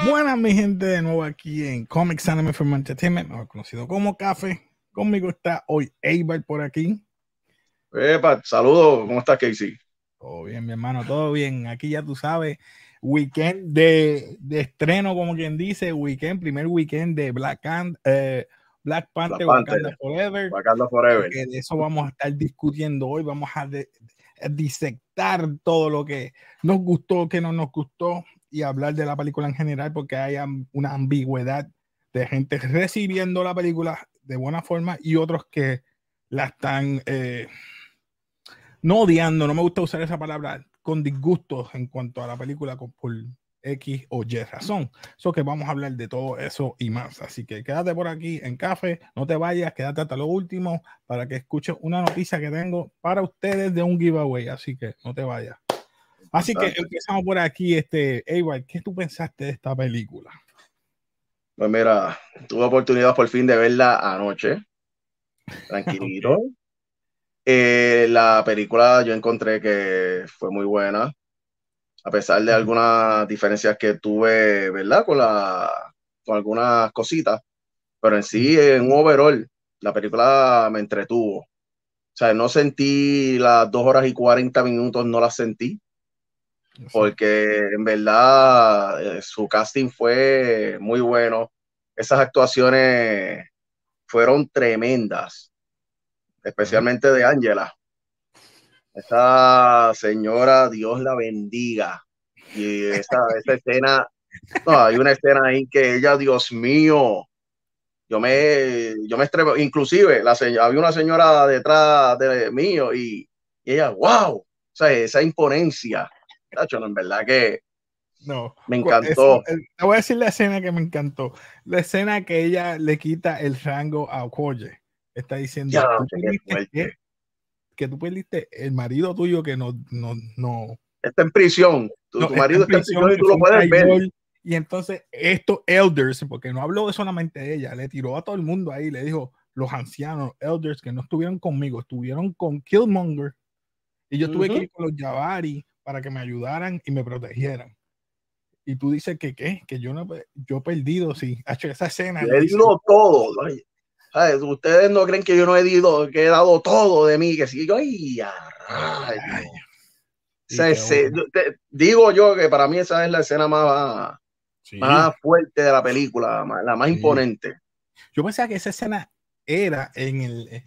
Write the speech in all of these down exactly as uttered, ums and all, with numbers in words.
Buenas, mi gente, de nuevo aquí en Comics Anime Film Entertainment, mejor conocido como Café. Conmigo está hoy Eibar por aquí. Epa, saludos, ¿cómo estás, Casey? Todo bien, mi hermano, todo bien. Aquí ya tú sabes, weekend de, de estreno, como quien dice, weekend, primer weekend de Black, and, eh, Black Panther, Black Panther, Wakanda Forever. Wakanda Forever. Que de eso vamos a estar discutiendo hoy. Vamos a, de, a disectar todo lo que nos gustó, que no nos gustó y hablar de la película en general, porque hay una ambigüedad de gente recibiendo la película de buena forma y otros que la están eh, no odiando, no me gusta usar esa palabra, con disgustos en cuanto a la película por X o Y razón. Eso que vamos a hablar de todo eso y más. Así que quédate por aquí en Café, no te vayas, quédate hasta lo último para que escuches una noticia que tengo para ustedes de un giveaway. Así que no te vayas. Así que empezamos por aquí, este, Eibar, ¿qué tú pensaste de esta película? Pues mira, tuve oportunidad por fin de verla anoche, tranquilito. Okay. Eh, la película yo encontré que fue muy buena, a pesar de algunas diferencias que tuve, ¿verdad? Con, la, con algunas cositas, pero en sí, en un overall, la película me entretuvo. O sea, no sentí las dos horas y cuarenta minutos, no las sentí. Porque en verdad eh, su casting fue muy bueno. Esas actuaciones fueron tremendas, especialmente de Ángela. Esta señora, Dios la bendiga. Y esa, esa escena, no, hay una escena ahí que ella, Dios mío, yo me, yo me estrepo, inclusive la había una señora detrás de mío y, y ella, wow, o sea, esa imponencia. Tacho, no, en verdad que no, me encantó. Eso, te voy a decir la escena que me encantó. La escena que ella le quita el rango a Okoye. Está diciendo, Ya, ¿tú qué que, que tú perdiste el marido tuyo que no, no, no está en prisión. Tu, no, tu marido está en prisión, prisión, y tú lo puedes ver. Y entonces estos elders, porque no habló de solamente de ella, le tiró a todo el mundo ahí, le dijo, los ancianos, elders que no estuvieron conmigo, estuvieron con Killmonger y yo tuve uh-huh. que ir con los Jabari para que me ayudaran y me protegieran. Y tú dices que qué, que yo no yo he perdido, sí, ha hecho esa escena. Yo he ido todo. ¿Sabes? Ustedes no creen que yo no he ido, que he dado todo de mí, que si yo, ay, ay, ay. O sea, ese, te, digo yo que para mí esa es la escena más, sí. más fuerte de la película, más, la más sí. imponente. Yo pensaba que esa escena era en el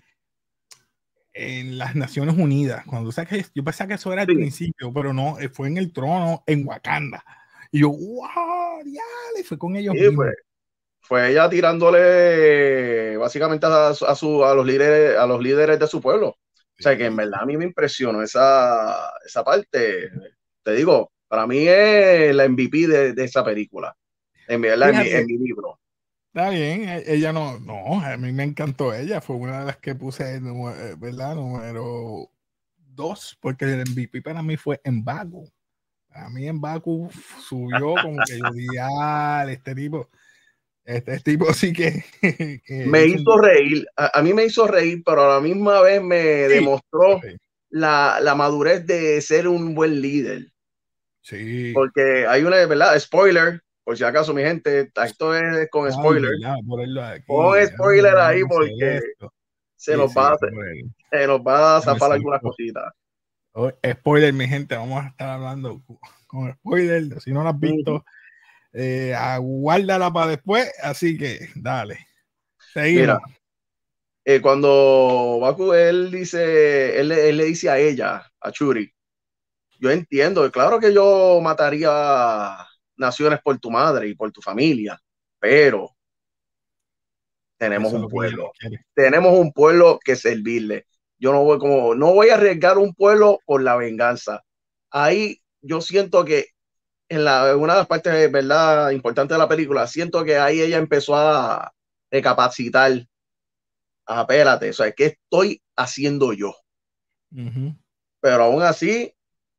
en las Naciones Unidas, cuando sabes, yo pensaba que eso era al sí. principio, pero no, fue en el trono en Wakanda. Y yo, wow, ya, fue con ellos sí, mismos. Fue, fue ella tirándole básicamente a, a, su, a, los líderes, a los líderes de su pueblo. O sea, que en verdad a mí me impresionó esa, esa parte. Te digo, para mí es la M V P de, de esa película. En, verdad, en, mi, en mi libro. Está bien, ella no, no, a mí me encantó ella, fue una de las que puse, ¿verdad? Número dos, porque el M V P para mí fue M'Baku. A mí M'Baku subió como que yo dije, ah, este tipo, este tipo sí que... que me hizo un... reír, a, a mí me hizo reír, pero a la misma vez me sí, demostró sí. La, la madurez de ser un buen líder. Sí. Porque hay una, ¿verdad? Spoiler, por si acaso, mi gente, esto es con spoiler. Pon spoiler ahí porque esto. se, sí, nos sí, va, se nos va a zafar algunas cositas. Oh, spoiler, mi gente, vamos a estar hablando con spoiler. Si no lo has visto, uh-huh. eh, aguárdala para después. Así que dale. Seguimos. Mira, eh, cuando Baku, él dice, él, él le dice a ella, a Shuri, yo entiendo, claro que yo mataría naciones por tu madre y por tu familia, pero tenemos un pueblo, tenemos un pueblo que servirle. Yo no voy como, no voy a arriesgar un pueblo por la venganza. Ahí yo siento que en la, una de las partes, verdad, importantes de la película, siento que ahí ella empezó a recapacitar. Ah, espérate, o sea, ¿qué estoy haciendo yo? Uh-huh. Pero aún así,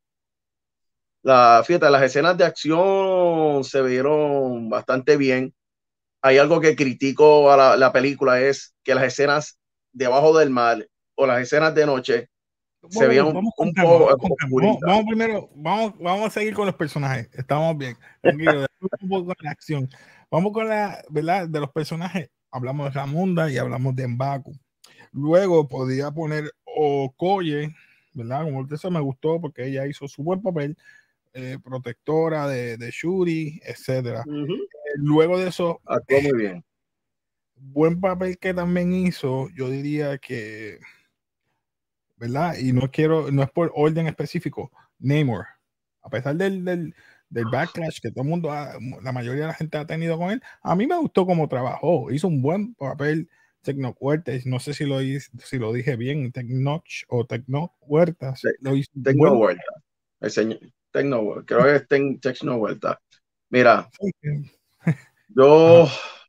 la, fíjate, las escenas de acción se vieron bastante bien. Hay algo que critico a la, la película, es que las escenas debajo del mar o las escenas de noche se veía un, vamos con un calma, poco vamos con calma. Vamos, oscurita. vamos primero, vamos, vamos a seguir con los personajes. Estamos bien, tranquilo. Después un poco con la acción. Vamos con la, ¿verdad? De los personajes. Hablamos de Ramunda y hablamos de M'Baku. Luego podía poner Okoye, ¿verdad? Como eso me gustó porque ella hizo su buen papel, eh, protectora de, de Shuri, etcétera. Uh-huh. Eh, luego de eso, actuó muy bien. Buen papel que también hizo, yo diría que, ¿verdad? Y no quiero, no es por orden específico, Namor, a pesar del, del, del backlash que todo el mundo, ha, la mayoría de la gente ha tenido con él, a mí me gustó cómo trabajó, hizo un buen papel. Tecno Huertas, no sé si lo, si lo dije bien, Tecnoch o Tecno Huertas, lo hizo Tecno buen... Huerta, el señor Tecno, creo que es ten, Tecno Huerta. Mira, yo,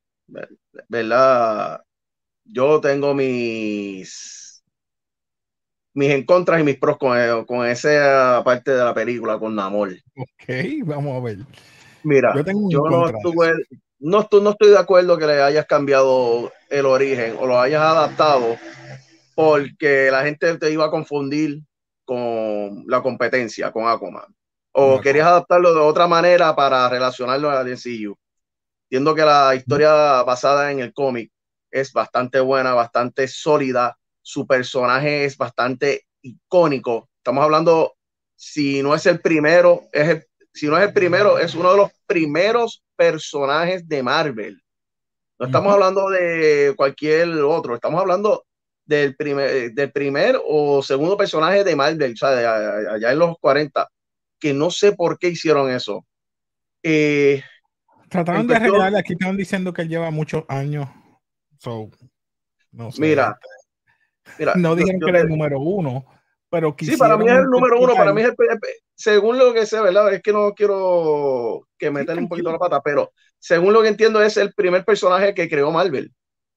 ¿verdad? Yo tengo mis mis en contras y mis pros con, con esa parte de la película, con Namor. Ok, vamos a ver. Mira, yo, tengo yo no estuve, no estoy, no estoy de acuerdo que le hayas cambiado el origen o lo hayas adaptado porque la gente te iba a confundir con la competencia, con Aquaman. O querías adaptarlo de otra manera para relacionarlo al M C U. Entiendo que la historia basada en el cómic es bastante buena, bastante sólida. Su personaje es bastante icónico. Estamos hablando, si no es el primero, es el, si no es el primero, es uno de los primeros personajes de Marvel. No estamos uh-huh. hablando de cualquier otro, estamos hablando del primer, del primer o segundo personaje de Marvel, o sea, de allá en los cuarenta, que no sé por qué hicieron eso. Eh, Trataron de arreglar, aquí están diciendo que él lleva muchos años. So, no sé. Mira, mira no yo, dijeron yo que era te... el número uno, pero sí, para mí es el número uno, para mí es el, según lo que sé, ¿verdad? Es que no quiero que metan sí, un poquito la pata, pero según lo que entiendo es el primer personaje que creó Marvel.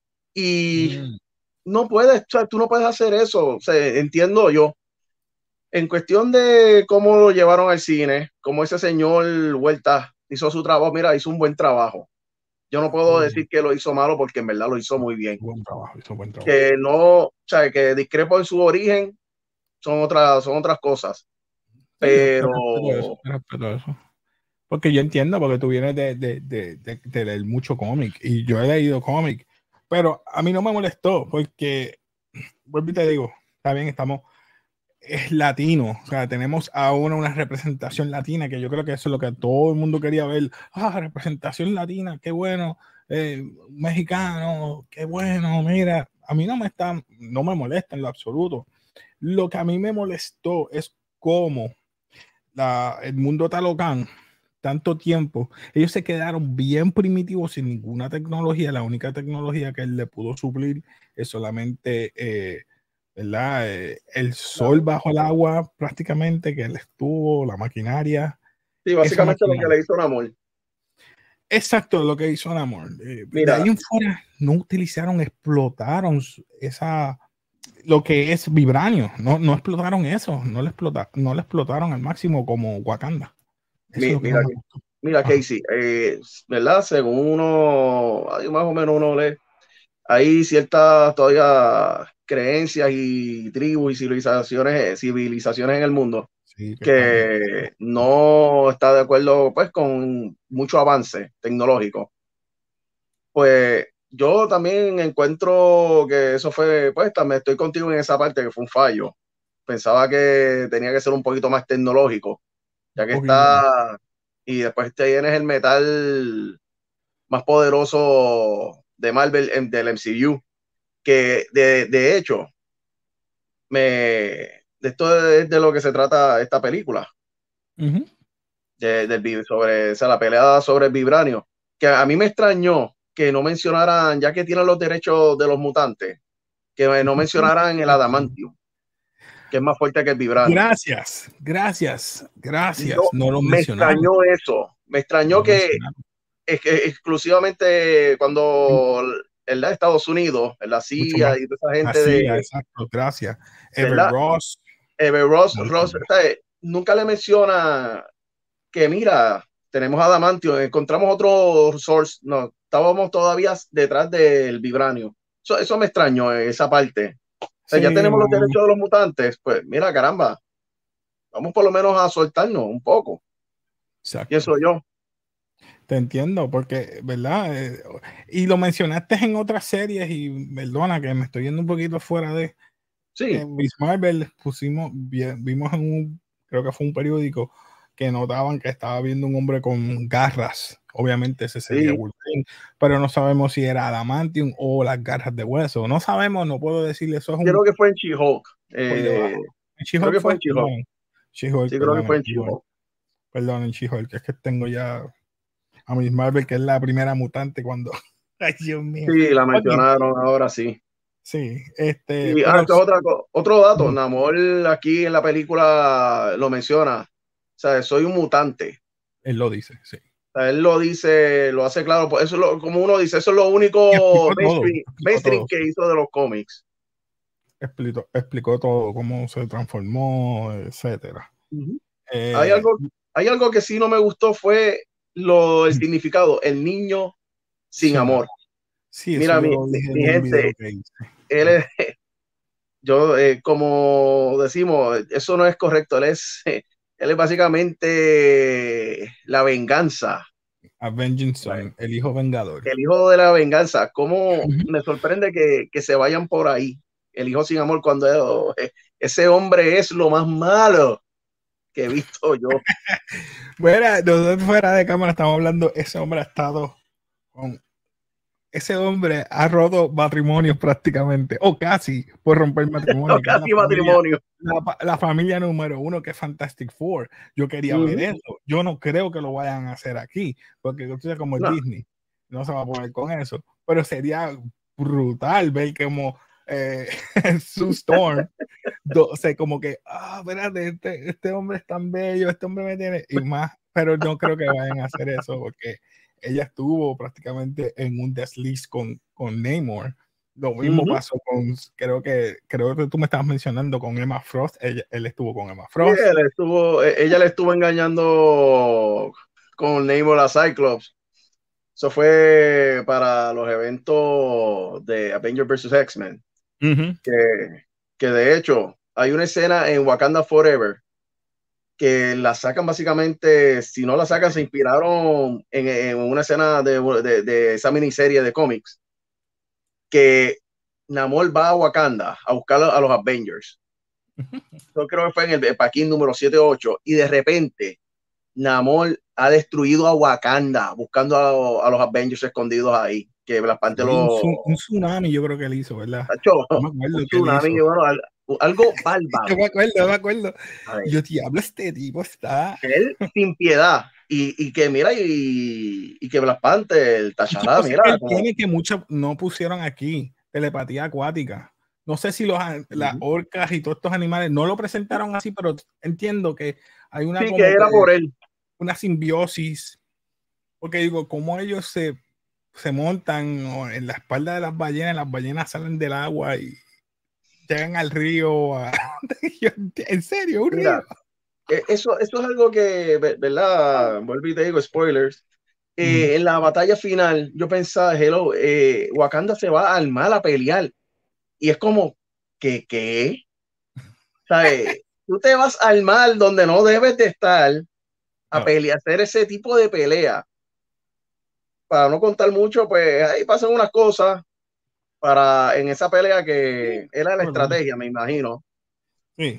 Y mm. no puedes, o sea, tú no puedes hacer eso, o sea, entiendo yo. En cuestión de cómo lo llevaron al cine, cómo ese señor Huerta hizo su trabajo, mira, hizo un buen trabajo. Yo no puedo decir que lo hizo malo porque en verdad lo hizo muy bien. Buen trabajo, hizo buen trabajo. Que no, o sea, que discrepo en su origen, son otras, son otras cosas. Pero. Sí, respeto eso, respeto eso. Porque yo entiendo, porque tú vienes de, de, de, de, de leer mucho cómic y yo he leído cómic, pero a mí no me molestó porque, vuelvo y te digo, está bien, estamos, es latino, o sea, tenemos ahora una representación latina que yo creo que eso es lo que todo el mundo quería ver. Ah, representación latina, qué bueno, eh, mexicano, qué bueno, mira, a mí no me está, no me molesta en lo absoluto. Lo que a mí me molestó es cómo la, el mundo Talocan, tanto tiempo, ellos se quedaron bien primitivos sin ninguna tecnología. La única tecnología que él le pudo suplir es solamente eh, ¿verdad? Eh, el sol bajo el agua prácticamente, que él estuvo, la maquinaria. Sí, básicamente lo que le hizo Namor. Exacto, lo que hizo Namor. Eh, de ahí en fuera no utilizaron, explotaron esa, lo que es vibranio, no, no explotaron eso, no le, explota, no le explotaron al máximo como Wakanda. Mi, es mira, no mira Casey, eh, ¿verdad? Según uno, más o menos uno lee, hay ciertas todavía creencias y tribus y civilizaciones, civilizaciones en el mundo sí, que, que no está de acuerdo pues con mucho avance tecnológico. Pues yo también encuentro que eso fue, pues también estoy contigo en esa parte, que fue un fallo. Pensaba que tenía que ser un poquito más tecnológico, ya que está, y después tienes el metal más poderoso de Marvel, del M C U, que de, de hecho, me, de esto es de lo que se trata esta película, uh-huh. de, de, sobre o sea, la pelea sobre el vibranio, que a mí me extrañó que no mencionaran, ya que tienen los derechos de los mutantes, que no mencionaran el adamantium, que es más fuerte que el vibranio. Gracias, gracias, gracias. Yo, no lo me extrañó eso, me extrañó no que, es que exclusivamente cuando en la Estados Unidos, en la C I A y toda esa gente C I A, de... exacto, gracias. Ever Ross. Ever Ross, Ross ¿sabes? Nunca le menciona que mira, tenemos adamantio, encontramos otro source, no, estábamos todavía detrás del vibranio. Eso, eso me extrañó, esa parte. sea, Sí, ya tenemos los mano. derechos de los mutantes, pues mira, caramba, vamos por lo menos a soltarnos un poco, Exacto. pienso yo. Te entiendo, porque, ¿verdad? Eh, y lo mencionaste en otras series y perdona que me estoy yendo un poquito fuera de... Sí, En Miss Marvel pusimos, vi- vimos en un, creo que fue un periódico, que notaban que estaba viendo un hombre con garras. Obviamente ese sería sí, Wolverine, pero no sabemos si era adamantium o las garras de hueso. No sabemos, no puedo decirle, eso es un creo que fue en She-Hulk. por Eh, debajo. En creo She-Hulk que fue fue, en She-Hulk. perdón. She-Hulk, Sí, creo que perdón, fue en She-Hulk, She-Hulk. perdón, en She-Hulk, es que tengo ya a Miss Marvel, que es la primera mutante cuando... Ay, Dios mío. Sí, la Ok, mencionaron ahora sí. sí, este, Y ah, pero esto es otra co- otro dato. Namor aquí en la película lo menciona. O sea, soy un mutante. él lo dice, sí. O sea, él lo dice, lo hace claro. Pues eso es lo, como uno dice, eso es lo Y único explicó todo, mainstream, explicó mainstream todo, que sí. hizo de los cómics. Explicó, explicó todo, cómo se transformó, etcétera. Uh-huh. Hay Eh, algo, hay algo que sí no me gustó fue lo, el significado, el niño sin sin amor. amor. Sí, eso Mira, yo mi, lo mi, dije mi en un video gente, que hice. él es, yo, eh, como decimos, eso no es correcto. Él es, él es básicamente la venganza, Avenging Son, el hijo vengador. el hijo de la venganza. ¿Cómo Uh-huh. me sorprende que, que se vayan por ahí? El hijo sin amor, cuando eh, ese hombre es lo más malo que he visto yo. Bueno, nosotros fuera de cámara estamos hablando, ese hombre ha estado con ese hombre ha roto matrimonios prácticamente, o casi por romper matrimonio, que es la Casi familia, matrimonio. la, la familia número uno, que es Fantastic Four. Yo quería ver Uh-huh. eso. Yo no creo que lo vayan a hacer aquí, porque tú sabes como es No. Disney, no se va a poner con eso. Pero sería brutal ver como eh, Sue Storm, do, o sea, como que, ah, espérate, este, este hombre es tan bello, este hombre me tiene, y más, pero no creo que vayan a hacer eso, porque ella estuvo prácticamente en un desliz con, con Namor. Lo mismo Uh-huh. pasó con, creo que, creo que tú me estabas mencionando con Emma Frost. Ella, él estuvo con Emma Sí, Frost. él estuvo, ella le estuvo engañando con Namor a Cyclops. Eso fue para los eventos de Avengers versus X-Men. Uh-huh. Que, que de hecho hay una escena en Wakanda Forever que la sacan básicamente, si no la sacan, se inspiraron en, en una escena de, de, de esa miniserie de cómics, que Namor va a Wakanda a buscar a los Avengers. Yo creo que fue en el, el paquín número siete o ocho, y de repente Namor ha destruido a Wakanda buscando a, a los Avengers escondidos ahí, que Black Panther Sí, un, lo... tsu- un tsunami yo creo que él hizo, ¿verdad? Tacho, No me acuerdo un que él tsunami, hizo. bueno, algo Yo bárbaro. me acuerdo, yo me acuerdo. A ver, Y yo, diablo, este tipo está... él sin piedad. Y, y que mira, y, y que Black Panther, Muchas T'Challa, cosas que mira, él como... tiene que muchas no pusieron aquí. Telepatía acuática. No sé si los, las Uh-huh. orcas y todos estos animales no lo presentaron así, pero entiendo que hay una Sí, que como que era por él. una simbiosis. Porque digo, como ellos se, se montan en la espalda de las ballenas, las ballenas salen del agua y llegan al río. A... en serio, un río. Mira, eso, eso es algo que, ¿verdad? Vuelvo y te digo, spoilers. Mm. Eh, en la batalla final, yo pensaba, hello, eh, Wakanda se va al mal a pelear. Y es como, ¿qué? ¿Qué? ¿Sabes? Tú te vas al mal donde no debes de estar a Oh. pelear, hacer ese tipo de pelea. Para no contar mucho, pues ahí pasan unas cosas para en esa pelea que era la Bueno, estrategia, me imagino. sí,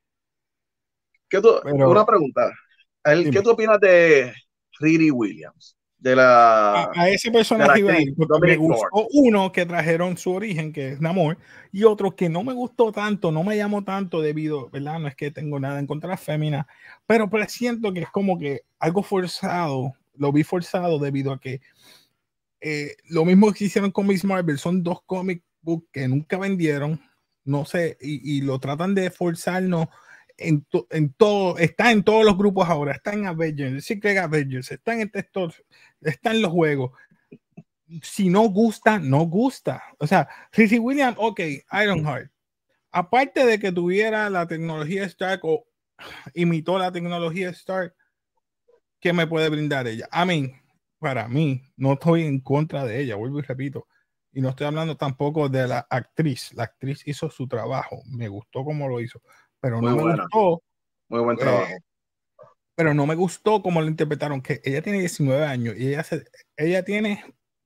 ¿Qué tú, una pero pregunta. ¿Qué dime. tú opinas de Riri Williams? De A, la, a ese de la personaje iba a actriz ir, porque me Dominic Thorne. gustó uno que trajeron su origen, que es Namor, y otro que no me gustó tanto, no me llamó tanto debido, ¿verdad? No es que tengo nada en contra de las féminas, pero presiento que es como que algo forzado, lo vi forzado debido a que eh, lo mismo que hicieron con Miss Marvel, son dos comic books que nunca vendieron, no sé, y, y lo tratan de forzarnos en, to, en todo, está en todos los grupos ahora, está en Avengers, Secret Avengers, está en este store, está en los juegos. Si no gusta, no gusta. O sea, Riri Williams, ok, Ironheart. Aparte de que tuviera la tecnología Stark o imitó la tecnología Stark, ¿qué me puede brindar ella? I mean, para mí, no estoy en contra de ella, vuelvo y repito. y no estoy hablando tampoco de la actriz. La actriz hizo su trabajo, me gustó como lo hizo, pero Muy no me buena, gustó. muy buen Eh, trabajo. pero no me gustó cómo lo interpretaron, que ella tiene diecinueve años y ella, se, ella tiene,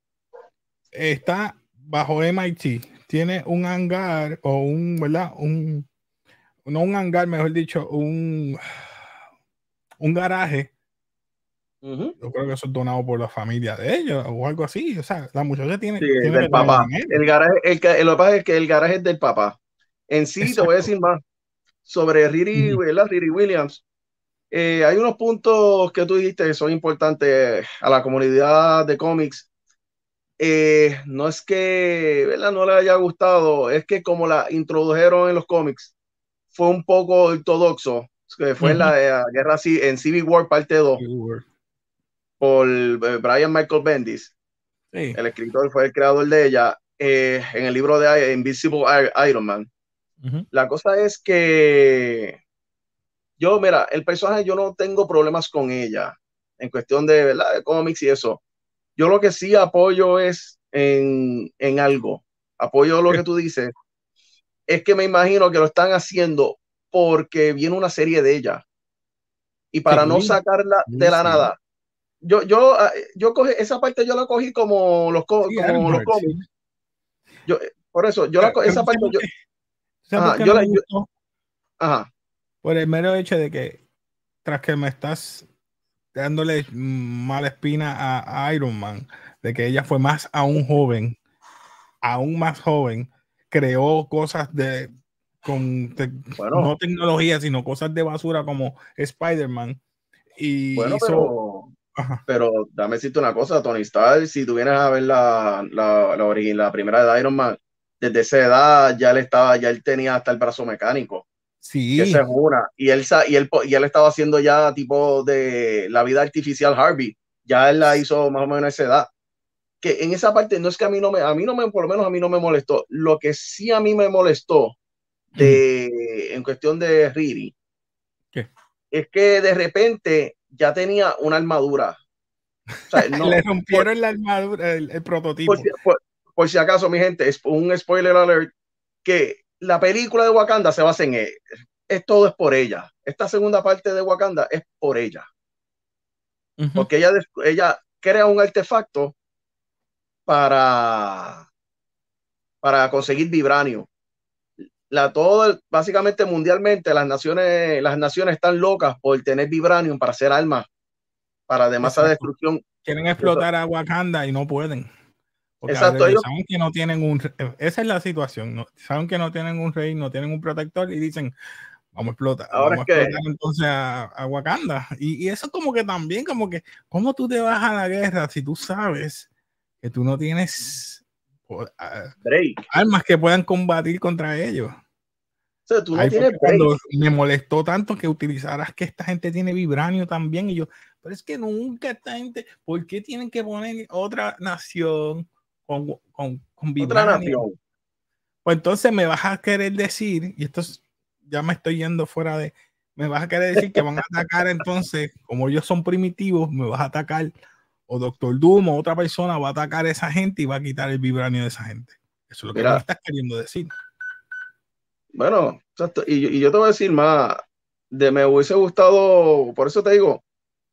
está bajo M I T, tiene un hangar o un, ¿verdad? Un, no un hangar, mejor dicho, un, un garaje. Uh-huh. Yo creo que eso es donado por la familia de ella o algo así. O sea, la muchacha tiene, Sí, tiene del que tener papá. dinero. El garaje, el, el, lo que pasa es que el garaje es del papá. En sí, te voy a Exacto. decir más sobre Riri, Uh-huh. ¿verdad? Riri Williams. Eh, hay unos puntos que tú dijiste que son importantes a la comunidad de cómics. Eh, no es que, ¿verdad?, no le haya gustado, es que como la introdujeron en los cómics, fue un poco ortodoxo, que fue Uh-huh. en la, eh, guerra en Civil War parte dos por eh, Brian Michael Bendis. Sí. El escritor fue el creador de ella, eh, en el libro de Invisible Iron Man. Uh-huh. La cosa es que yo, mira, el personaje yo no tengo problemas con ella en cuestión de, ¿verdad?, de cómics y eso. Yo lo que sí apoyo es en, en algo. Apoyo lo que tú dices. Es que me imagino que lo están haciendo porque viene una serie de ella. Y para no Sí, sacarla sí, de la sí. nada. Yo, yo, yo cogí, esa parte yo la cogí como los, Sí, como los Ironheart, cómics. sí. Yo, por eso, yo la Pero, pero esa parte, ¿sabes por yo, qué? ¿Sabes por ajá, qué yo no la, me yo, gustó? ajá. Por el mero hecho de que tras que me estás dándole mala espina a, a Iron Man, de que ella fue más aún joven, aún más joven, creó cosas de con te, Bueno, no tecnología, sino cosas de basura como Spider-Man y bueno, hizo pero, ajá, pero dame decirte una cosa, Tony Stark, si tú vienes a ver la, la, la, origi- la primera de Iron Man, desde esa edad ya él estaba, ya él tenía hasta el brazo mecánico. Que esa sí, es una. Y él, y él, y él estaba haciendo ya tipo de la vida artificial Harvey. Ya él la hizo más o menos a esa edad. Que en esa parte no es que a mí no me, a mí no me, por lo menos a mí no me molestó. Lo que sí a mí me molestó de, en cuestión de Riri, ¿qué? es que de repente ya tenía una armadura. O sea, no, Le por, rompieron la armadura, el, el por, prototipo. si, por, por si acaso, mi gente, es un spoiler alert, que la película de Wakanda se basa en él. Es, todo es por ella. Esta segunda parte de Wakanda es por ella. Uh-huh. Porque ella, ella crea un artefacto para, para conseguir vibranio. La, todo, básicamente mundialmente, las naciones, las naciones están locas por tener vibranium para hacer armas, para de masa de Exacto. destrucción. Quieren Eso, explotar a Wakanda y no pueden. Porque ahora exacto, ellos ellos, saben que no tienen un... Esa es la situación. ¿No? Saben que no tienen un rey, no tienen un protector y dicen, vamos a explotar, ahora vamos es a que, explotar entonces a, a Wakanda. Y, y eso como que también, como que, ¿cómo tú te vas a la guerra si tú sabes que tú no tienes uh, break. armas que puedan combatir contra ellos? O sea, tú no Ahí fue tienes que break. cuando me molestó tanto que utilizaras que esta gente tiene vibranio también. Y yo, pero es que nunca esta gente, ¿por qué tienen que poner otra nación con, con, con Otra vibranio? nación. Pues entonces me vas a querer decir, y esto es, ya me estoy yendo fuera de, me vas a querer decir que van a atacar entonces, como ellos son primitivos, me vas a atacar, o Doctor Doom o otra persona va a atacar a esa gente y va a quitar el vibranio de esa gente. Eso es lo que me Mira, estás queriendo decir. bueno, exacto. Y, y yo te voy a decir más, de me hubiese gustado, por eso te digo,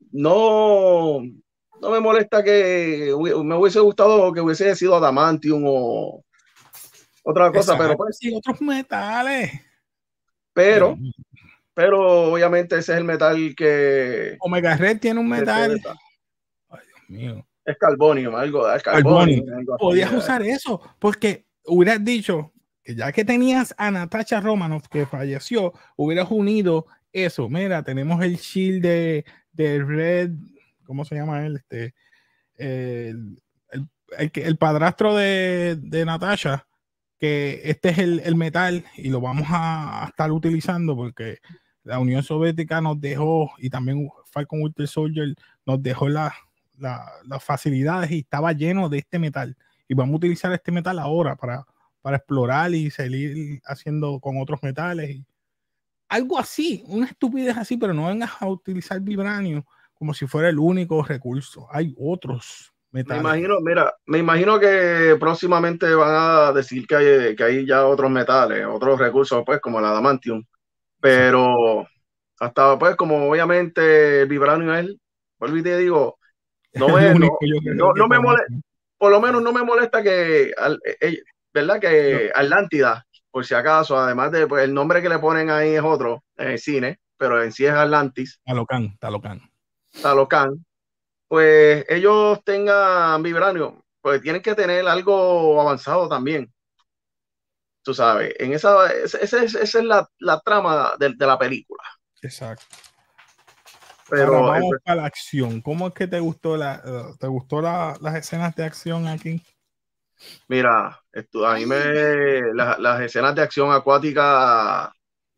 no, no me molesta que me hubiese gustado que hubiese sido Adamantium o otra cosa, pero Exacto, pues, sí, otros metales. Pero pero, pero obviamente ese es el metal que Omega Red tiene un te metal. interesa. Ay, Dios mío. Es carbonium, algo, es Carboni. carbonium, algo así. Podías Eh. usar eso, porque hubieras dicho que ya que tenías a Natasha Romanoff que falleció, hubieras unido eso. Mira, tenemos el shield de, de Red, ¿cómo se llama él? Este, el, el, el, el padrastro de, de Natasha, que este es el, el metal y lo vamos a, a estar utilizando porque la Unión Soviética nos dejó, y también Falcon Winter Soldier nos dejó las la, la facilidades y estaba lleno de este metal. Y vamos a utilizar este metal ahora para, para explorar y seguir haciendo con otros metales. Y algo así, una estupidez así, pero no vengas a utilizar vibranio como si fuera el único recurso. Hay otros Me imagino, mira, me imagino que próximamente van a decir que hay, que hay ya otros metales, otros recursos, pues, como el adamantium. Sí. Pero hasta, pues, como obviamente el vibranio es, vuelvo y te digo, no El me, no, único yo creo no, que no me molesta, conozco. por lo menos no me molesta que, al- eh, ¿verdad? Yo, Que Atlántida, por si acaso, además de, pues, el nombre que le ponen ahí es otro en el cine, pero en sí es Atlantis, Talocan, Talocan. Talocan, pues ellos tengan vibranio, pues tienen que tener algo avanzado también, tú sabes. En esa, esa, esa es, esa es la, la trama de, de, la película. Exacto. Ahora Pero, vamos el, para la acción. ¿Cómo es que te gustó la, uh, te gustó la, las escenas de acción aquí? mira, esto, a mí me, la, las escenas de acción acuática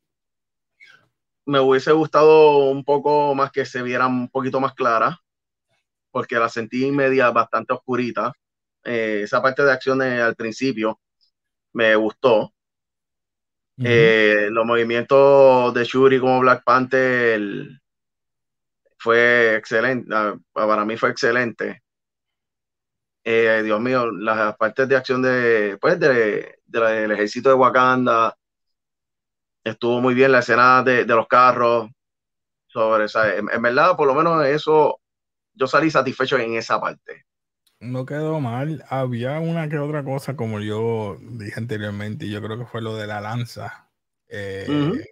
me hubiese gustado un poco más que se vieran un poquito más claras, porque la sentí media bastante oscurita. Eh, esa parte de acción de, al principio me gustó. Uh -huh. Eh, los movimientos de Shuri como Black Panther fue excelente, para mí fue excelente. Eh, Dios mío, las partes de acción de, pues, de, de la, del ejército de Wakanda, estuvo muy bien la escena de, de los carros, sobre esa, en, en, verdad, por lo menos eso, yo salí satisfecho en esa parte. No quedó mal. Había una que otra cosa, como yo dije anteriormente, y yo creo que fue lo de la lanza. Eh, Uh -huh.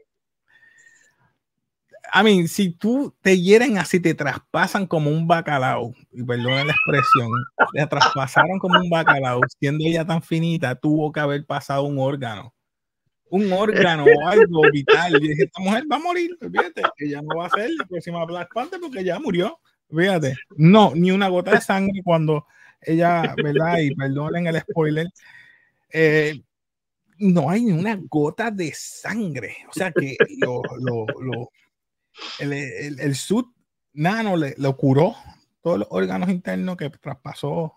I mean, si tú te hieren así, te traspasan como un bacalao, y perdona la expresión, te traspasaron como un bacalao, siendo ella tan finita, tuvo que haber pasado un órgano. Un órgano o algo vital. Y dije, esta mujer va a morir, fíjate, ella no va a ser la próxima Black Panther porque ya murió, fíjate. No, ni una gota de sangre cuando ella, ¿verdad? Y perdonen el spoiler, eh, no hay ni una gota de sangre. O sea que lo, lo, lo, el, el, el sud nano le, lo curó todos los órganos internos que traspasó.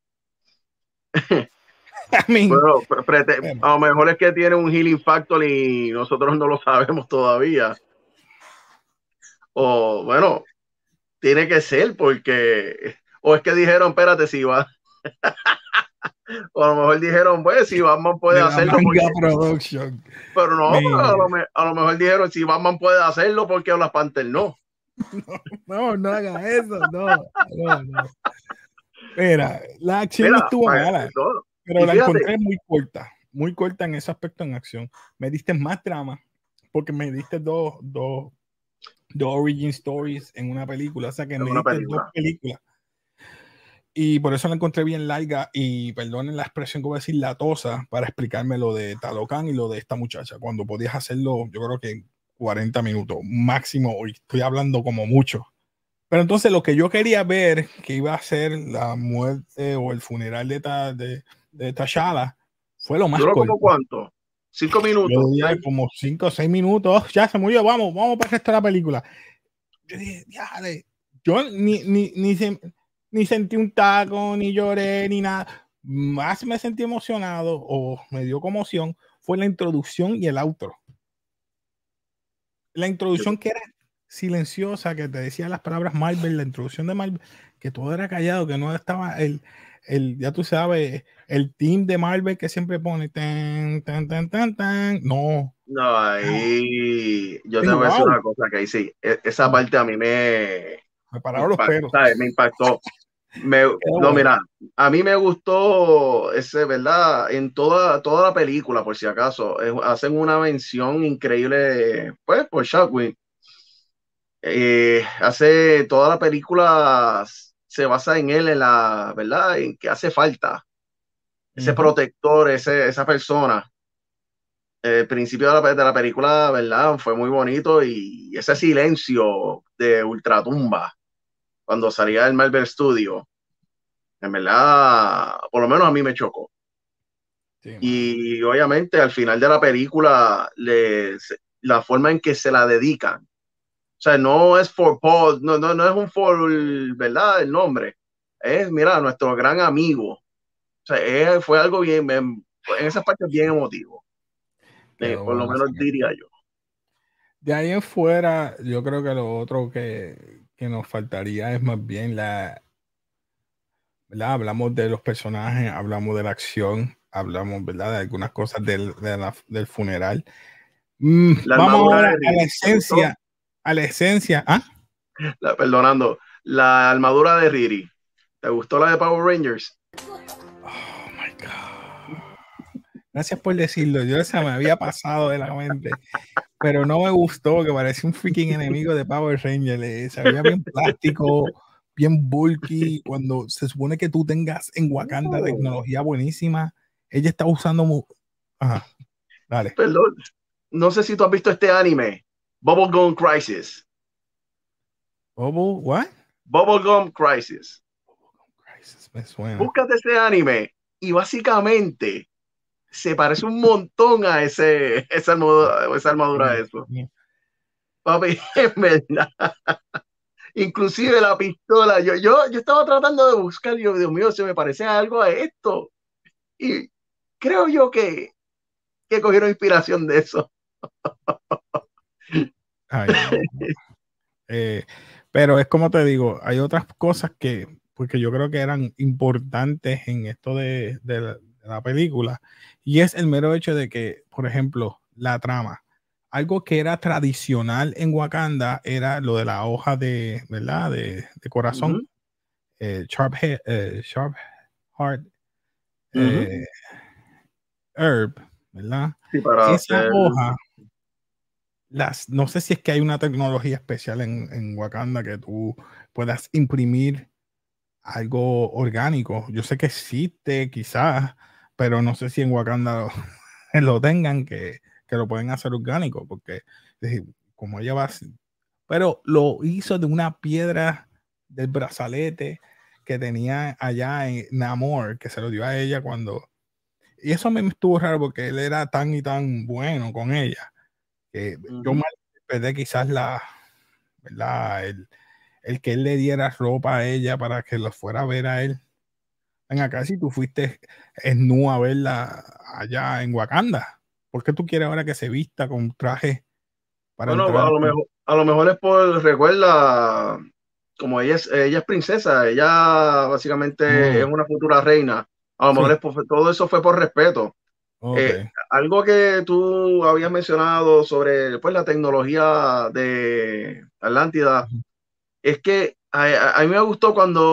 I mean, Bueno, prete, bueno, a lo mejor es que tiene un healing factor y nosotros no lo sabemos todavía. O bueno, tiene que ser porque, o es que dijeron, espérate, si va, o a lo mejor dijeron, pues si Batman puede de la hacerlo, porque, manga production. pero no, Me, a lo, a lo mejor dijeron, si Batman puede hacerlo, porque Black Panther no. No, no haga eso, no, no, no. Mira, la acción no Mira, estuvo mala, no, pero y la fíjate, encontré muy corta, muy corta en ese aspecto en acción. Me diste más drama, porque me diste dos, dos, dos origin stories en una película, o sea que es me una diste dos película. películas. Y por eso la encontré bien larga, y perdonen la expresión que voy a decir, latosa, para explicarme lo de Talocan y lo de esta muchacha, cuando podías hacerlo, yo creo que cuarenta minutos máximo, hoy estoy hablando como mucho. Pero entonces lo que yo quería ver, que iba a ser la muerte o el funeral de, ta, de, de T'Challa, fue lo más ¿Duró como corto. cuánto? Cinco Yo minutos, diría seis. como cinco o seis minutos. Oh, ya se murió, vamos, vamos para el resto de la película. Yo dije, déjale. Yo ni, ni, ni, se, ni sentí un taco, ni lloré, ni nada. Más me sentí emocionado o me dio conmoción fue la introducción y el outro. La introducción que era silenciosa, que te decía las palabras Marvel, la introducción de Marvel, que todo era callado, que no estaba el, el ya tú sabes, el team de Marvel que siempre pone tan, tan, tan, tan, tan. No. No, ahí yo te Digo, voy a decir wow, una cosa que ahí sí, esa parte a mí me, me me pararon los impactó, pelos. ¿sabes? Me impactó. Me, Quedó no, bueno. mira, a mí me gustó ese, ¿verdad? En toda, toda la película, por si acaso, eh, hacen una mención increíble, pues, por Shockwave. Eh, hace toda la película se basa en él, en la, ¿verdad? En que hace falta ese Uh -huh. protector, ese, esa persona. El principio de la, de la película, ¿verdad? Fue muy bonito y ese silencio de Ultratumba cuando salía del Marvel Studio, en verdad, por lo menos a mí me chocó. Sí, mano. Y obviamente al final de la película, les, la forma en que se la dedican, o sea, no es for Paul, no, no, no es un for, ¿verdad? El nombre, es, mira, nuestro gran amigo. O sea, es, fue algo bien, en, en esa parte bien emotivo, eh, Quedó por lo buena menos esa diría parte. yo. De ahí en fuera, yo creo que lo otro que, que nos faltaría es más bien la, ¿verdad? Hablamos de los personajes, hablamos de la acción, hablamos, ¿verdad? De algunas cosas del, de la- del funeral. Mm, La vamos armadura ahora de a la Riri, ¿te gustó? esencia, a la esencia. ¿Ah? La- perdonando, la armadura de Riri, ¿te gustó la de Power Rangers? Oh my God. Gracias por decirlo. Yo se me había pasado de la mente, pero no me gustó porque parecía un freaking enemigo de Power Ranger. eh, Se veía bien plástico, bien bulky. Cuando se supone que tú tengas en Wakanda Oh, tecnología buenísima, ella está usando. mu- Ajá, dale. perdón, no sé si tú has visto este anime, Bubblegum Crisis. Bubble, what? Bubblegum Crisis. Crisis, me suena. Búscate ese anime y básicamente se parece un montón a ese, esa armadura, esa armadura de eso. Papi, en verdad. Inclusive la pistola, yo, yo, yo estaba tratando de buscar, yo, Dios mío, se me parece algo a esto. Y creo yo que, que cogieron inspiración de eso. Ay, no. Eh, pero es como te digo, hay otras cosas que, porque yo creo que eran importantes en esto de, de la, de la película, y es el mero hecho de que, por ejemplo, la trama, algo que era tradicional en Wakanda era lo de la hoja de, ¿verdad? De, de corazón, Ujú, eh, Sharp, He- eh, Sharp Heart ujú. eh, Herb, ¿verdad? Sí, para Esa hacer. hoja, las, no sé si es que hay una tecnología especial en, en Wakanda que tú puedas imprimir algo orgánico. Yo sé que existe quizás, pero no sé si en Wakanda lo, lo tengan, que, que lo pueden hacer orgánico, porque es como ella va, pero lo hizo de una piedra del brazalete que tenía allá en Namor, que se lo dio a ella cuando... Y eso me estuvo raro porque él era tan y tan bueno con ella, que yo Ujú. malinterpreté quizás la, ¿verdad? El, el que él le diera ropa a ella para que lo fuera a ver a él. Ven acá, si tú fuiste nu a verla allá en Wakanda, ¿por qué tú quieres ahora que se vista con traje para Bueno, entrar? a lo mejor, a lo mejor es por, recuerda, como ella es, ella es princesa, ella básicamente es Ah, una futura reina. A lo mejor sí, es por- todo eso fue por respeto. ok. Eh, algo que tú habías mencionado sobre pues, la tecnología de Atlántida es que a, a- a mí me gustó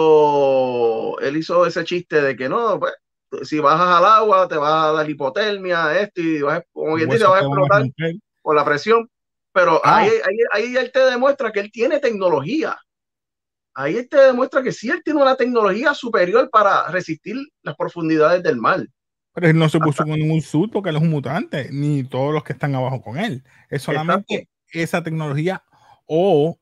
cuando él hizo ese chiste de que no, pues, si bajas al agua te vas a dar hipotermia, esto, y vas, a- como Los bien dice, huesos vas a te van a explotar romper. por la presión. Pero ahí, Ah, ahí, ahí él te demuestra que él tiene tecnología. Ahí él te demuestra que sí, él tiene una tecnología superior para resistir las profundidades del mar. pero él no se puso Hasta, con ningún suit porque él es un mutante, ni todos los que están abajo con él. Es exacto. solamente esa tecnología o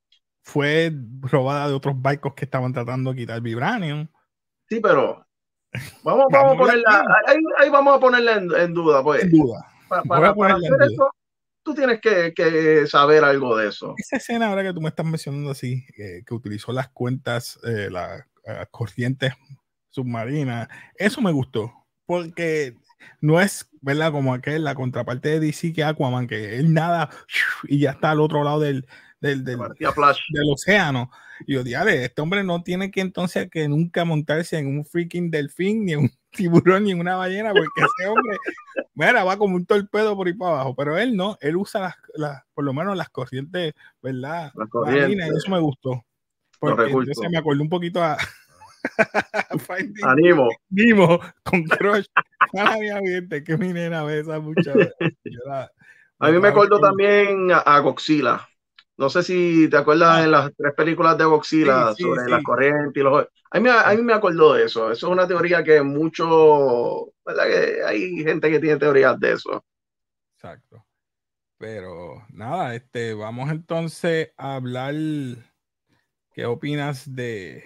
fue robada de otros barcos que estaban tratando de quitar Vibranium. Sí, pero vamos, vamos Vamos a a hablar ponerla, claro, ahí, ahí vamos a ponerla en, en duda, pues. en duda. Pa- Voy a para, para ponerla hacer en duda. eso, tú tienes que, que saber algo de eso. Esa escena ahora que tú me estás mencionando así, eh, que utilizó las cuentas, eh, las eh, corrientes submarinas, eso me gustó, porque no es, ¿verdad? Como aquel, la contraparte de D C que Aquaman, que él nada y ya está al otro lado del, del, Me del, parecía Flash. del océano. Y yo, diale, este hombre no tiene que entonces que nunca montarse en un freaking delfín, ni en un tiburón, ni en una ballena, porque ese hombre mira, va como un torpedo por ahí para abajo, pero él no, él usa las, las por lo menos las corrientes, ¿verdad? Las Marinas, y corrientes, eso me gustó, los porque entonces recursos. me acordé un poquito a Finding Animo. Nemo con Crush. Para mi ambiente, que mi nena ve esa mucha. Yo la, A la mí me traje acuerdo con. también a, a Godzilla. No sé si te acuerdas Ah, en las tres películas de sí, Godzilla sí, sobre las sí. corrientes y los... A mí, me- a mí me acordó de eso. Eso es una teoría que mucho, ¿verdad? Que hay gente que tiene teorías de eso. Exacto. Pero nada, este, vamos entonces a hablar. ¿Qué opinas de,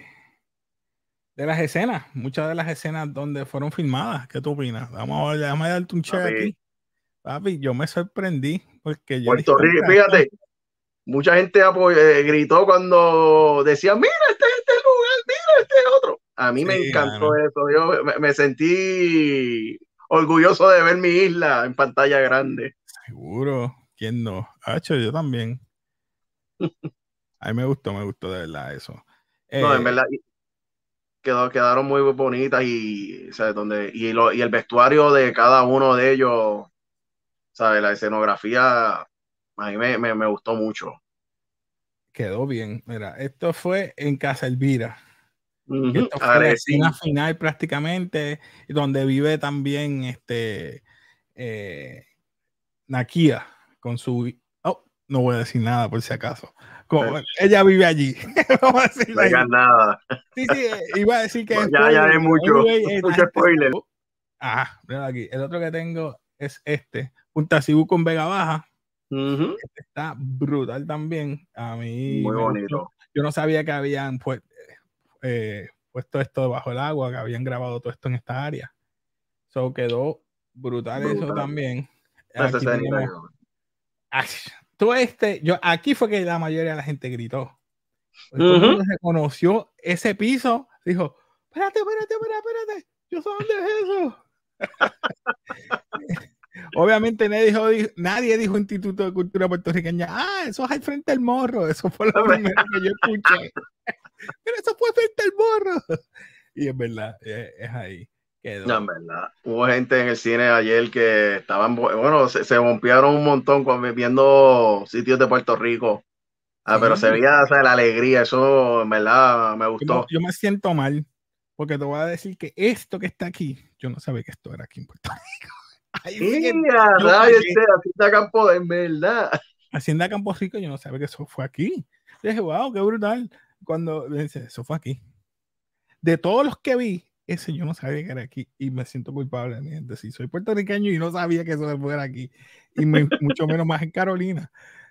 de las escenas? Muchas de las escenas donde fueron filmadas. ¿Qué tú opinas? Vamos a ver, déjame darte un check Papi, aquí. Papi, yo me sorprendí porque yo dije, Puerto Rico, contra esto. fíjate, mucha gente apo- eh, gritó cuando decía, mira este, este lugar, mira este otro. A mí me Sí, encantó mano, eso. Yo me, me sentí orgulloso de ver mi isla en pantalla grande. seguro. ¿Quién no? Hacho, yo también. A mí me gustó, me gustó de verdad eso. No, en Eh, verdad. quedó, quedaron muy bonitas y, ¿sabes? Donde, y, lo, y el vestuario de cada uno de ellos, ¿sabes? La escenografía a mí me, me, me gustó mucho. Quedó bien. Mira, esto fue en Casa Elvira. Que Uh-huh. esto fue la escena Agradecido. final prácticamente, donde vive también este eh, Nakia con su... Oh, no voy a decir nada por si acaso. Como, ella vive allí. Vamos a decirlo No ahí. digan nada. Sí, sí, eh, iba a decir que es Ya, ya spoiler, hay pero mucho, anyway, eh, la mucho gente spoiler. sabe. Ah, mira aquí. El otro que tengo es este. Un Tasibu con Vega Baja. Uh-huh. Este está brutal también. A mí Muy me gustó. bonito. Yo no sabía que habían pues, eh, puesto esto bajo el agua, que habían grabado todo esto en esta área. So quedó brutal, eso Brutal. también. Esa Aquí escenita tenemos. quedó. Ay, todo este, yo, aquí fue que la mayoría de la gente gritó. Porque todo el Uh-huh. mundo reconoció ese piso. Dijo: espérate, espérate, espérate, espérate. Yo sé dónde es eso. Obviamente nadie dijo, nadie dijo Instituto de Cultura Puertorriqueña. Ah, eso es al frente del morro. Eso fue lo primero que yo escuché. Pero eso fue frente al morro. Y es verdad, es, es ahí. Quedó. No, en verdad. Hubo gente en el cine ayer que estaban, bueno, se, se bompearon un montón cuando, viendo sitios de Puerto Rico. Ah, pero se Sí. veía, o sea, la alegría, eso en verdad me Yo me, gustó. yo me siento mal porque te voy a decir que esto que está aquí, yo no sabía que esto era aquí en Puerto Rico. Ahí sí que Y a yo rayos, pagué. este, así está Campo, en verdad. Hacienda Campo Rico, yo no sabía que eso fue aquí. Yo dije, wow, qué brutal. Cuando dice, eso fue aquí. De todos los que vi, ese yo no sabía que era aquí y me siento culpable. Mi gente. Si soy puertorriqueño y no sabía que eso fuera aquí, y me, mucho menos más en Carolina.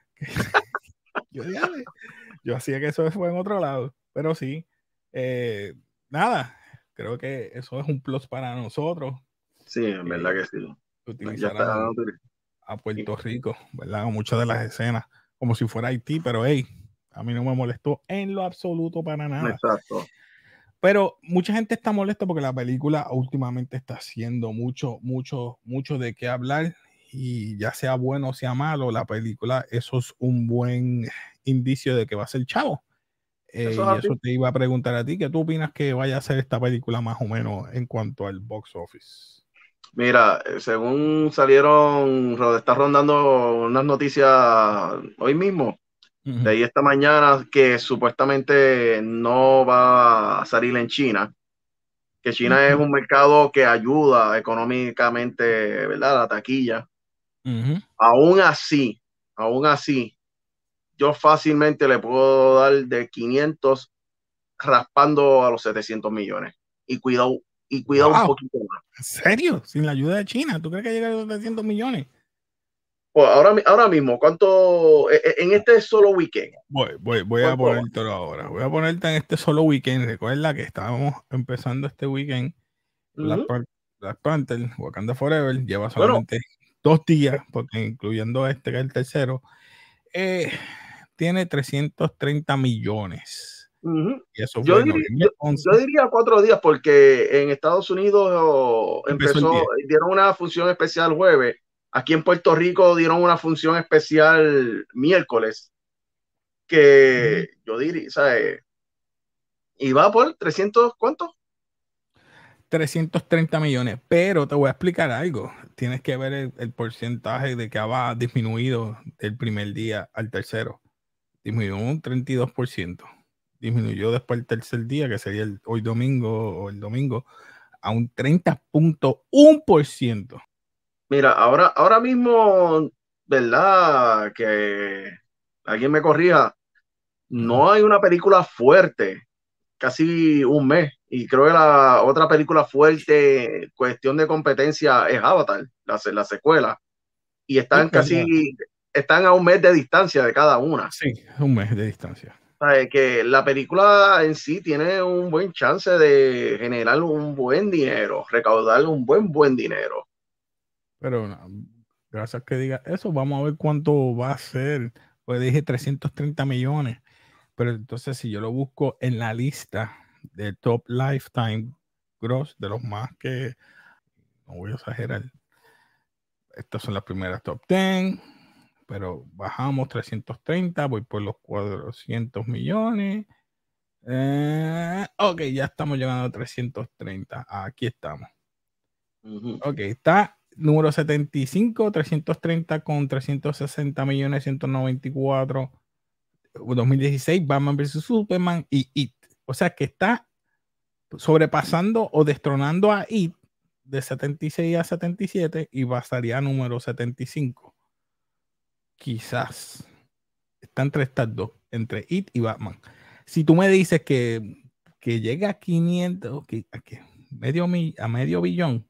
yo, dale, yo hacía que eso fue en otro lado, pero sí, eh, nada, creo que eso es un plus para nosotros, Sí, en verdad eh, que sí. que Ya está. utilizáramos a Puerto Rico, ¿verdad? Muchas de las escenas, como si fuera Haití, pero hey, a mí no me molestó en lo absoluto para nada. Exacto. Pero mucha gente está molesta porque la película últimamente está haciendo mucho, mucho, mucho de qué hablar. Y ya sea bueno o sea malo, la película, eso es un buen indicio de que va a ser chavo. Eh, Eso es y así. eso te iba a preguntar a ti, ¿qué tú opinas que vaya a ser esta película más o menos en cuanto al box office? Mira, eh, según salieron, ro- está rondando unas noticias hoy mismo, de Ujú, ahí esta mañana, que supuestamente no va a salir en China, que China es ujú, un mercado que ayuda económicamente, ¿verdad? La taquilla. ujú. Aún así, aún así, yo fácilmente le puedo dar de quinientos raspando a los setecientos millones. Y cuidado, y cuidado un Wow, poquito más. ¿en serio? Sin la ayuda de China, ¿tú crees que llega a los trescientos millones? Pues ahora, ahora mismo, ¿cuánto e, e, en este solo weekend? Voy, voy, voy a ¿Cuánto va? ponértelo ahora. Voy a ponerte en este solo weekend. Recuerda que estábamos empezando este weekend. Black, Uh-huh. Pan- Black Panther, Wakanda Forever, lleva Bueno, solamente dos días, porque incluyendo este que es el tercero, eh, tiene trescientos treinta millones. uh-huh. Y eso Yo fue en diría, noviembre yo, once, yo diría cuatro días porque en Estados Unidos empezó el empezó, diez. dieron una función especial jueves. Aquí en Puerto Rico dieron una función especial miércoles, que yo diría, ¿sabes? Y va por trescientos, ¿cuánto? trescientos treinta millones, pero te voy a explicar algo. Tienes que ver el, el porcentaje de que ha disminuido del primer día al tercero. Disminuyó un treinta y dos por ciento. Disminuyó después el tercer día, que sería el, hoy domingo o el domingo, a un treinta punto uno por ciento. Mira, ahora, ahora mismo, ¿verdad? Que alguien me corrija, no hay una película fuerte, casi un mes. Y creo que la otra película fuerte, cuestión de competencia, es Avatar, la, se- la secuela. Y Sí, están ¿verdad? casi, están a un mes de distancia de cada una. Sí, un mes de distancia. O sea, que la película en sí tiene un buen chance de generar un buen dinero, recaudar un buen, buen dinero. Pero no, gracias que diga eso, vamos a ver cuánto va a ser. Pues dije trescientos treinta millones. Pero entonces, si yo lo busco en la lista de top lifetime gross, de los más que, no voy a exagerar, estas son las primeras top diez, pero bajamos trescientos treinta, voy por los cuatrocientos millones. Eh, ok, Ok, ya estamos llegando a trescientos treinta. Aquí estamos. Uh-huh. Ok, está número setenta y cinco, trescientos treinta con trescientos sesenta millones, ciento noventa y cuatro, dos mil dieciséis, Batman versus Superman y It. O sea que está sobrepasando o destronando a It de setenta y seis a setenta y siete y pasaría a número setenta y cinco. Quizás. Está entre estas dos, entre It y Batman. Si tú me dices que, que llega a quinientos, que, a, que medio, a medio billón,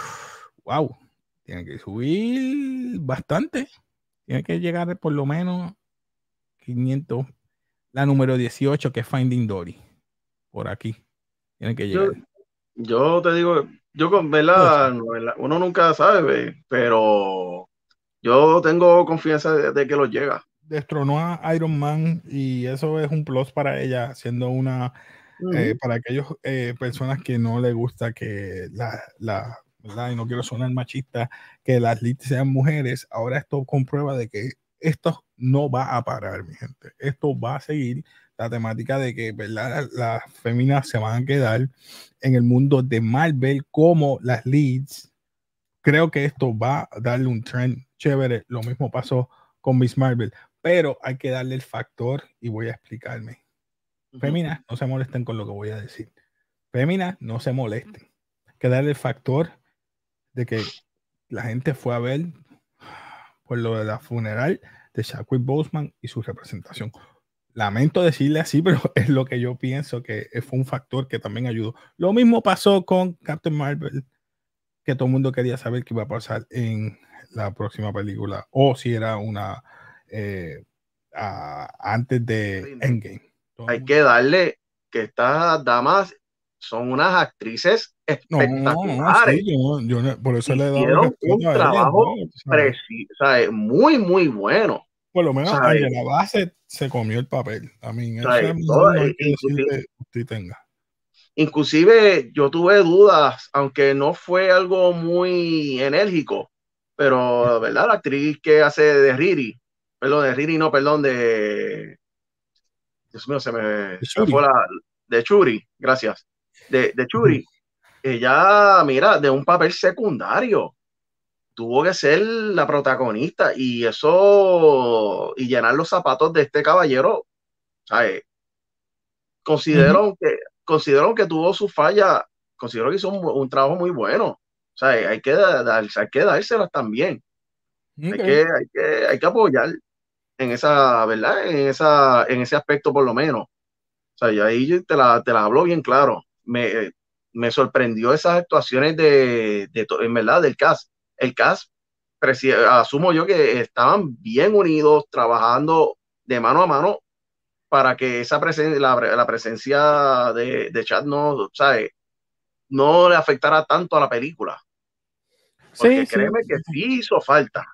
wow, tiene que subir bastante. Tiene que llegar por lo menos quinientos. La número dieciocho, que es Finding Dory. Por aquí. Tiene que Yo, llegar. yo te digo, yo con verdad, uno nunca sabe, pero yo tengo confianza de, de que lo llega. Destronó a Iron Man y eso es un plus para ella, siendo una, Uh-huh. eh, para aquellas eh, personas que no les gusta que la, la ¿verdad? Y no quiero sonar machista, que las leads sean mujeres. Ahora esto comprueba de que esto no va a parar, mi gente. Esto va a seguir la temática de que, ¿verdad? Las féminas se van a quedar en el mundo de Marvel como las leads. Creo que esto va a darle un trend chévere. Lo mismo pasó con Miss Marvel, pero hay que darle el factor y voy a explicarme. Uh-huh. Féminas, no se molesten con lo que voy a decir. Féminas, no se molesten. Hay que darle el factor de que la gente fue a ver por lo de la funeral de Chadwick Boseman y su representación. Lamento decirle así, pero es lo que yo pienso que fue un factor que también ayudó. Lo mismo pasó con Captain Marvel, que todo el mundo quería saber qué iba a pasar en la próxima película o si era una eh, uh, antes de Endgame. Todo Hay que darle que estas damas son unas actrices espectaculares. No, no, sí, yo, yo no, por eso le he dado Hicieron un a trabajo ellas, ¿no? preciso, ¿sabes? Muy, muy bueno. Por lo menos ¿sabes? Angela Bassett se comió el papel. A mí, esa mujer Todo, no hay que inclusive, decirle usted tenga. Inclusive yo tuve dudas, aunque no fue algo muy enérgico, pero verdad, la actriz que hace de Riri, perdón, de Riri, no, perdón, de Dios mío, se me, se me fue la de Churi, gracias. De, de Churi, uh-huh. Ella, mira, de un papel secundario, tuvo que ser la protagonista y eso, y llenar los zapatos de este caballero, ¿sabes? Considero uh-huh. que considero que tuvo su falla, considero que hizo un, un trabajo muy bueno. O sea, hay que, dar, hay que dárselas también. Okay. Hay, que, hay, que, hay que apoyar en esa, ¿verdad? En, esa, en ese aspecto por lo menos. O sea, yo ahí te la, te la hablo bien claro. Me, me sorprendió esas actuaciones de, de, en verdad, del cast. El cast, asumo yo que estaban bien unidos, trabajando de mano a mano para que esa presen la, la presencia de, de Chad no, ¿sabes? No le afectara tanto a la película. Porque sí, créeme sí. que sí hizo falta.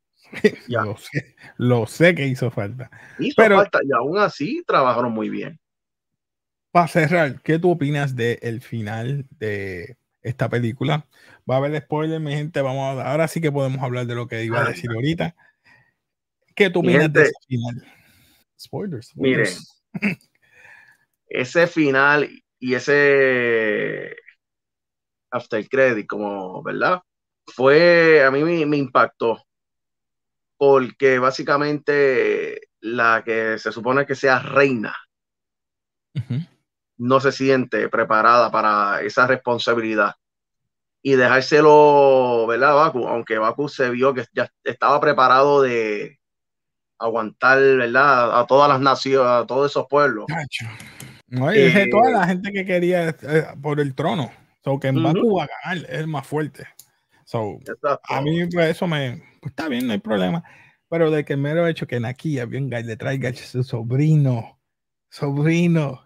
lo, sé, lo sé que hizo falta. Hizo Pero, falta y aún así trabajaron muy bien. Para cerrar, ¿qué tú opinas del final de esta película? Va a haber spoilers, mi gente. Vamos a, ahora sí que podemos hablar de lo que iba a decir Ay, ahorita. ¿Qué tú opinas gente, de ese final? Spoilers. spoilers. Miren, ese final y ese after credit, como, ¿verdad? Fue, a mí me, me impactó. Porque básicamente la que se supone que sea reina uh-huh. no se siente preparada para esa responsabilidad. Y dejárselo, ¿verdad, Baku? Aunque Baku se vio que ya estaba preparado de aguantar, ¿verdad? A todas las naciones, a todos esos pueblos. No, eh, toda la gente que quería eh, por el trono. So, que en uh-huh. Baku va a ganar, es el más fuerte. So, a mí pues, eso me... Pues, está bien, no hay problema. Pero de que el mero hecho que Nakia venga y le traiga a su sobrino, sobrino,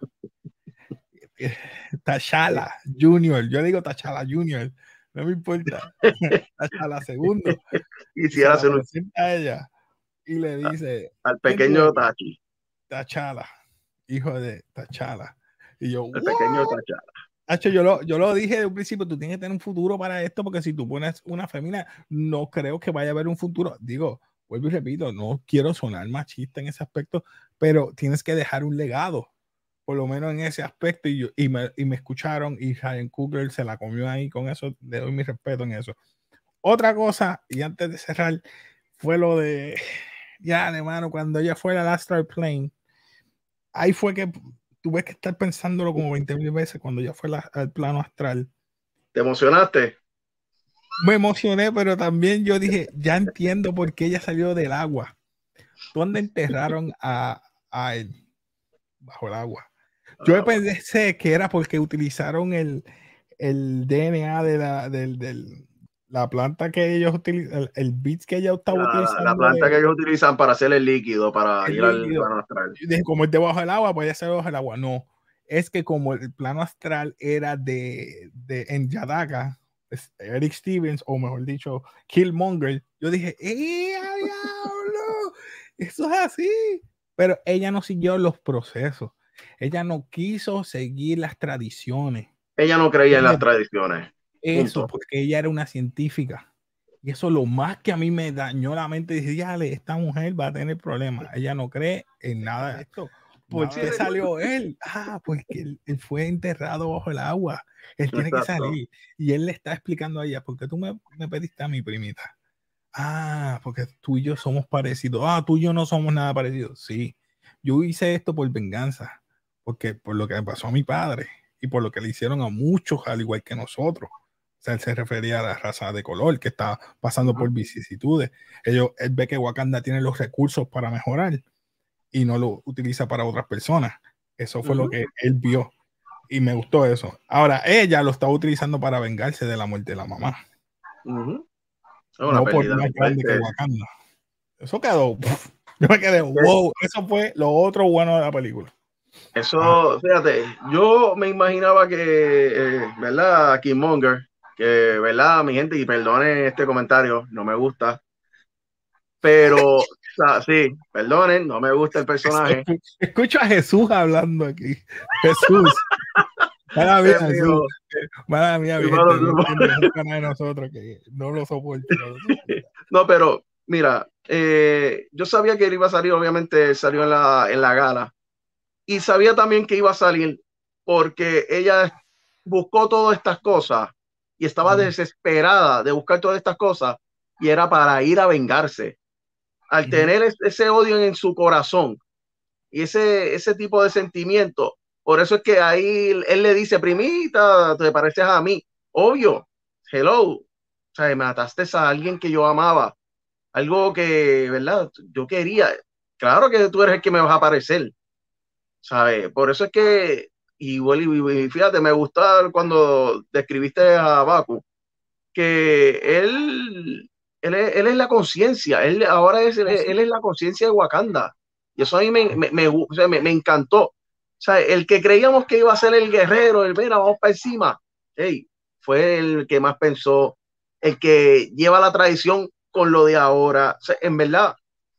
T'Challa Junior, yo digo T'Challa Junior, no me importa. T'Challa segundo. Y se la presenta a ella y le dice al pequeño Tachi. T'Challa, hijo de T'Challa. Y yo, el pequeño T'Challa. Hacho, yo lo, yo lo dije de un principio, tú tienes que tener un futuro para esto, porque si tú pones una femina, no creo que vaya a haber un futuro. Digo, vuelvo y repito, no quiero sonar machista en ese aspecto, pero tienes que dejar un legado, por lo menos en ese aspecto, y, yo, y, me, y me escucharon, y Ryan Coogler se la comió ahí, con eso le doy mi respeto en eso. Otra cosa, y antes de cerrar, fue lo de, ya, hermano, cuando ella fue al Astral Plane, ahí fue que tuve que estar pensándolo como veinte mil veces cuando ella fue la, al plano astral. ¿Te emocionaste? Me emocioné, pero también yo dije, ya entiendo por qué ella salió del agua. ¿Dónde enterraron a, a él? Bajo el agua. Yo Ah, bueno. pensé que era porque utilizaron el, el D N A de la, del, del, la planta que ellos utilizan, el, el bits que ella estaba La, la utilizando, planta de, que ellos utilizan para hacer el líquido, para el ir al líquido, plano astral. de, como es debajo del agua, pues ya se debajo del agua. No, es que como el plano astral era de, de en Yadaka, Eric Stevens, o mejor dicho, Killmonger, yo dije, ¡eh, diablo! Eso es así. Pero ella no siguió los procesos. Ella no quiso seguir las tradiciones. Ella no creía en las tradiciones. Eso, Punto. porque ella era una científica. Y eso lo más que a mí me dañó la mente. Dije, dale, esta mujer va a tener problemas. Ella no cree en nada de esto. ¿Por qué salió él? Ah, pues que él, él fue enterrado bajo el agua. Él tiene que Exacto. salir. Y él le está explicando a ella, ¿por qué tú me, me pediste a mi primita? Ah, porque tú y yo somos parecidos. Ah, tú y yo no somos nada parecidos. Sí, yo hice esto por venganza, porque por lo que le pasó a mi padre y por lo que le hicieron a muchos, al igual que nosotros. O sea, él se refería a la raza de color que está pasando por vicisitudes. Ellos, él ve que Wakanda tiene los recursos para mejorar y no lo utiliza para otras personas. Eso fue uh-huh. lo que él vio y me gustó eso. Ahora, ella lo estaba utilizando para vengarse de la muerte de la mamá. Uh-huh. No por más grande que Wakanda. Eso quedó. Pff, yo me quedé, wow. Eso fue lo otro bueno de la película. Eso, ah. fíjate, yo me imaginaba que, eh, ¿verdad? Killmonger, que, ¿verdad? Mi gente, y perdonen este comentario, no me gusta. Pero, o sea, sí, perdonen, no me gusta el personaje. Escucho a Jesús hablando aquí. Jesús. Mala mía, Jesús. Mala mía, mi gente, no entiendo de nosotros que no lo soporto. No, lo soporto. No, pero mira, eh, yo sabía que él iba a salir, obviamente salió en la, en la gala. Y sabía también que iba a salir porque ella buscó todas estas cosas y estaba mm. desesperada de buscar todas estas cosas y era para ir a vengarse. Al mm. tener ese odio en su corazón y ese, ese tipo de sentimiento, por eso es que ahí él le dice, primita, te pareces a mí. Obvio, hello, o sea, mataste a alguien que yo amaba, algo que, ¿verdad? Yo quería. Claro que tú eres el que me vas a parecer. ¿Sabes? Por eso es que, igual, y, y fíjate, me gusta cuando describiste a Baku, que él, él, es, él es la conciencia, él ahora es, él, él es la conciencia de Wakanda. Y eso a mí me, me, me, o sea, me, me encantó. O sea, el que creíamos que iba a ser el guerrero, el mira, vamos para encima, hey, fue el que más pensó, el que lleva la tradición con lo de ahora. O sea, en verdad,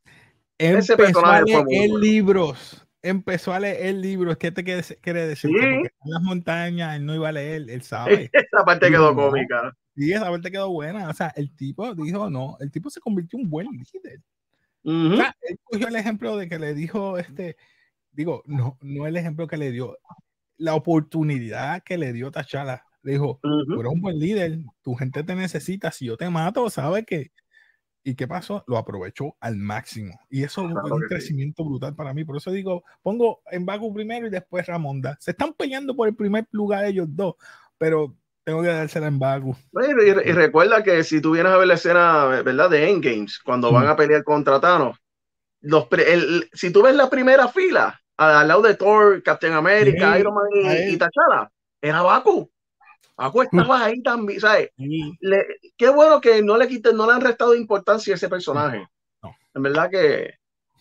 ese personaje fue muy bueno. Libros. Empezó a leer libros. ¿Qué te quiere, quiere decir? ¿Sí? Que porque en las montañas él no iba a leer, él sabe. Esa parte dijo, quedó no. cómica. Sí, esa parte quedó buena. O sea, el tipo dijo, no, el tipo se convirtió en un buen líder. Uh-huh. O sea, él cogió el ejemplo de que le dijo, este, digo, no, no el ejemplo que le dio, la oportunidad que le dio T'Challa. Le dijo, uh-huh. tú eres un buen líder, tu gente te necesita, si yo te mato, sabes que... ¿Y qué pasó? Lo aprovechó al máximo. Y eso claro es un crecimiento sí. brutal para mí. Por eso digo, pongo en Baku primero y después Ramonda. Se están peleando por el primer lugar ellos dos, pero tengo que dársela en Baku. Y, y recuerda que si tú vienes a ver la escena, ¿verdad? De Endgames, cuando sí. van a pelear contra Thanos, los pre, el, si tú ves la primera fila, al lado de Thor, Captain America, sí, Iron Man y, y T'Challa, era Baku. Baku estaba ahí también, ¿sabes? Sí. Le, qué bueno que no le quiten, no le han restado importancia a ese personaje. No. En verdad que.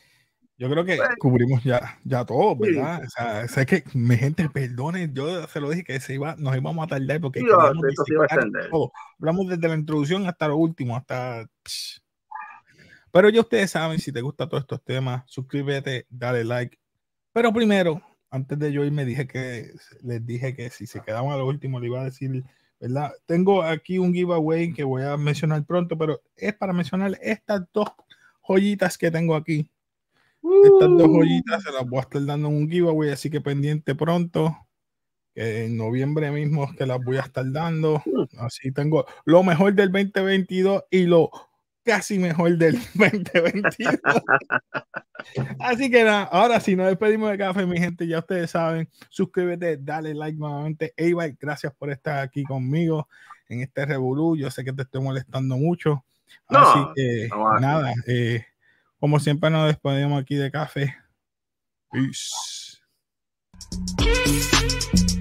Yo creo que pues, cubrimos ya, ya todo, ¿verdad? Sí. O sea, sé que mi gente, perdone, yo se lo dije que se iba, nos íbamos a tardar porque sí, esto se iba a extender. Todo. Hablamos desde la introducción hasta lo último, hasta. Psh. Pero ya ustedes saben, si te gustan todos estos temas, suscríbete, dale like. Pero primero, antes de yo irme, dije que les dije que si se quedaban a lo último, le iba a decir, ¿verdad? Tengo aquí un giveaway que voy a mencionar pronto, pero es para mencionar estas dos joyitas que tengo aquí. Estas dos joyitas se las voy a estar dando en un giveaway, así que pendiente pronto. Que en noviembre mismo es que las voy a estar dando. Así tengo lo mejor del veinte veintidós y lo casi mejor del veinte veintidós. Así que nada, ahora sí, nos despedimos de café, mi gente. Ya ustedes saben, suscríbete, dale like nuevamente. Ey, gracias por estar aquí conmigo en este revolú. Yo sé que te estoy molestando mucho. No, Así que no, nada, eh, como siempre nos despedimos aquí de café. Peace.